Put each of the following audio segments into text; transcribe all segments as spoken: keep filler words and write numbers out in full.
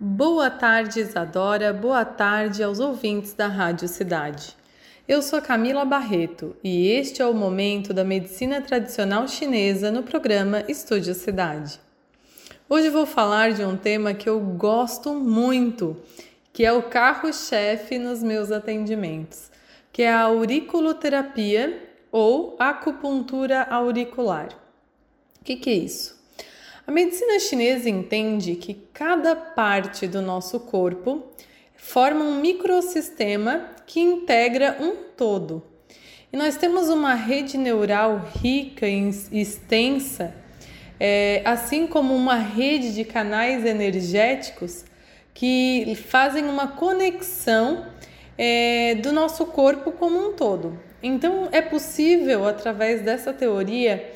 Boa tarde, Isadora. Boa tarde aos ouvintes da Rádio Cidade. Eu sou Camila Barreto e este é o momento da medicina tradicional chinesa no programa Estúdio Cidade. Hoje vou falar de um tema que eu gosto muito, que é o carro-chefe nos meus atendimentos, que é a auriculoterapia ou acupuntura auricular. O que, que é isso? A medicina chinesa entende que cada parte do nosso corpo forma um microsistema que integra um todo. E nós temos uma rede neural rica e extensa, é, assim como uma rede de canais energéticos que fazem uma conexão é, do nosso corpo como um todo. Então, é possível, através dessa teoria,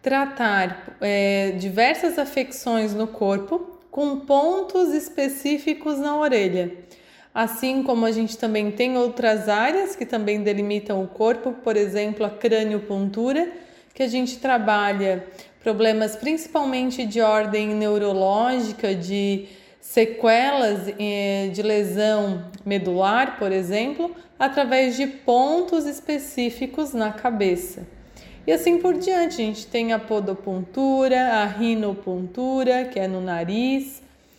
tratar é, diversas afecções no corpo com pontos específicos na orelha. Assim como a gente também tem outras áreas que também delimitam o corpo, por exemplo, a craniopuntura, que a gente trabalha problemas principalmente de ordem neurológica, de sequelas é, de lesão medular, por exemplo, através de pontos específicos na cabeça. E assim por diante, a gente tem a podopuntura, a rinopuntura, que é no nariz.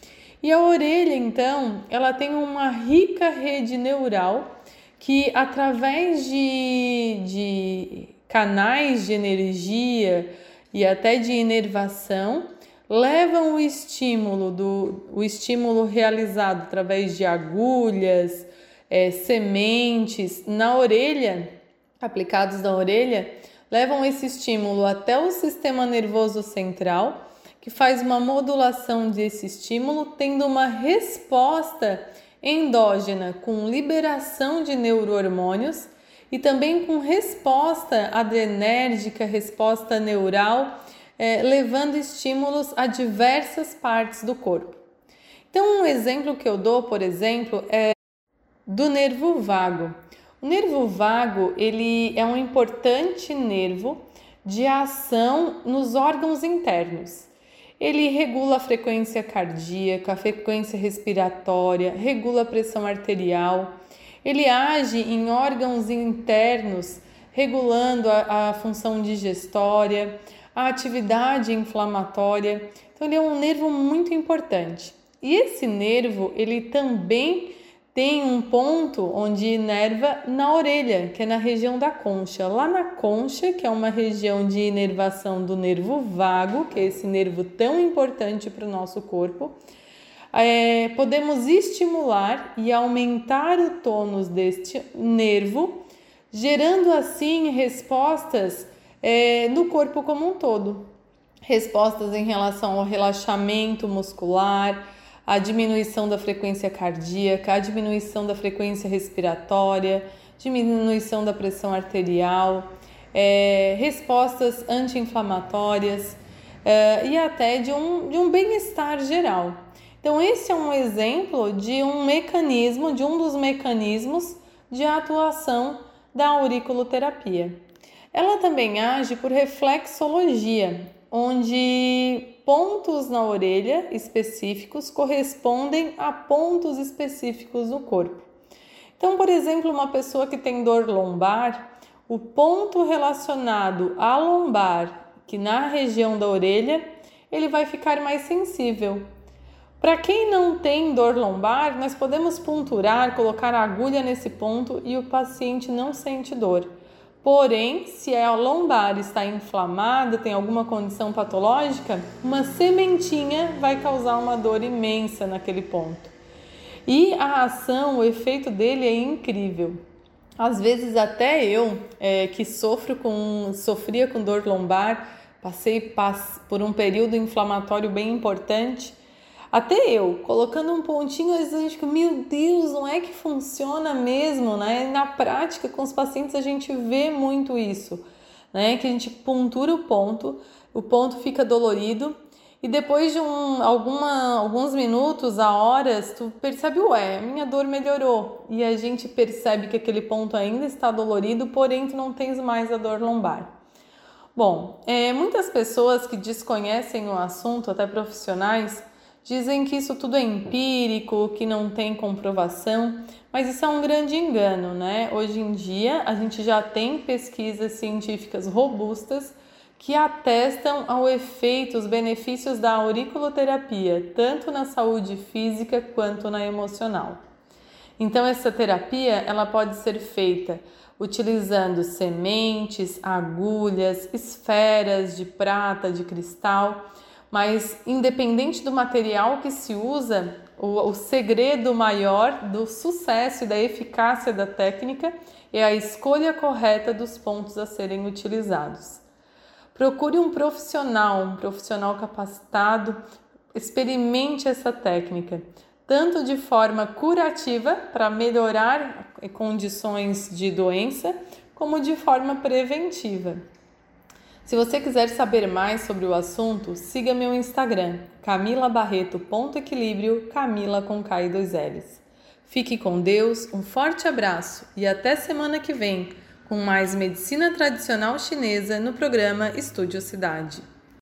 E a orelha, então, ela tem uma rica rede neural que, através de, de canais de energia e até de inervação, levam o estímulo, do, o estímulo realizado através de agulhas, é, sementes na orelha, aplicados na orelha, levam esse estímulo até o sistema nervoso central, que faz uma modulação desse estímulo, tendo uma resposta endógena com liberação de neurohormônios e também com resposta adrenérgica, resposta neural, eh, levando estímulos a diversas partes do corpo. Então, um exemplo que eu dou, por exemplo, é do nervo vago. O nervo vago, ele é um importante nervo de ação nos órgãos internos. Ele regula a frequência cardíaca, a frequência respiratória, regula a pressão arterial. Ele age em órgãos internos, regulando a, a função digestória, a atividade inflamatória. Então, ele é um nervo muito importante. E esse nervo, ele também tem um ponto onde inerva na orelha, que é na região da concha. Lá na concha, que é uma região de inervação do nervo vago, que é esse nervo tão importante para o nosso corpo, é, podemos estimular e aumentar o tônus deste nervo, gerando assim respostas é, no corpo como um todo. Respostas em relação ao relaxamento muscular, a diminuição da frequência cardíaca, a diminuição da frequência respiratória, diminuição da pressão arterial, é, respostas anti-inflamatórias é, e até de um, de um bem-estar geral. Então, esse é um exemplo de um mecanismo, de um dos mecanismos de atuação da auriculoterapia. Ela também age por reflexologia, onde pontos na orelha específicos correspondem a pontos específicos no corpo. Então, por exemplo, uma pessoa que tem dor lombar, o ponto relacionado à lombar, que na região da orelha, ele vai ficar mais sensível. Para quem não tem dor lombar, nós podemos punturar, colocar a agulha nesse ponto e o paciente não sente dor. Porém, se a lombar está inflamada, tem alguma condição patológica, uma sementinha vai causar uma dor imensa naquele ponto. E a ação, o efeito dele é incrível. Às vezes até eu, é, que sofro com, sofria com dor lombar, passei pass, por um período inflamatório bem importante, até eu, colocando um pontinho, às vezes a gente fica, meu Deus, não é que funciona mesmo, né? Na prática, com os pacientes, a gente vê muito isso, né? Que a gente puntura o ponto, o ponto fica dolorido e depois de um, alguma, alguns minutos, a horas, tu percebe, ué, a minha dor melhorou. E a gente percebe que aquele ponto ainda está dolorido, porém tu não tens mais a dor lombar. Bom, é, muitas pessoas que desconhecem o assunto, até profissionais, Dizem que isso tudo é empírico, que não tem comprovação, mas isso é um grande engano, né? Hoje em dia, a gente já tem pesquisas científicas robustas que atestam ao efeito, os benefícios da auriculoterapia, tanto na saúde física quanto na emocional. Então, essa terapia ela pode ser feita utilizando sementes, agulhas, esferas de prata, de cristal, mas independente do material que se usa, o, o segredo maior do sucesso e da eficácia da técnica é a escolha correta dos pontos a serem utilizados. Procure um profissional, um profissional capacitado, experimente essa técnica, tanto de forma curativa para melhorar condições de doença, como de forma preventiva. Se você quiser saber mais sobre o assunto, siga meu Instagram, camila barreto ponto equilíbrio, Camila com K e dois L's. Fique com Deus, um forte abraço e até semana que vem com mais medicina tradicional chinesa no programa Estúdio Cidade.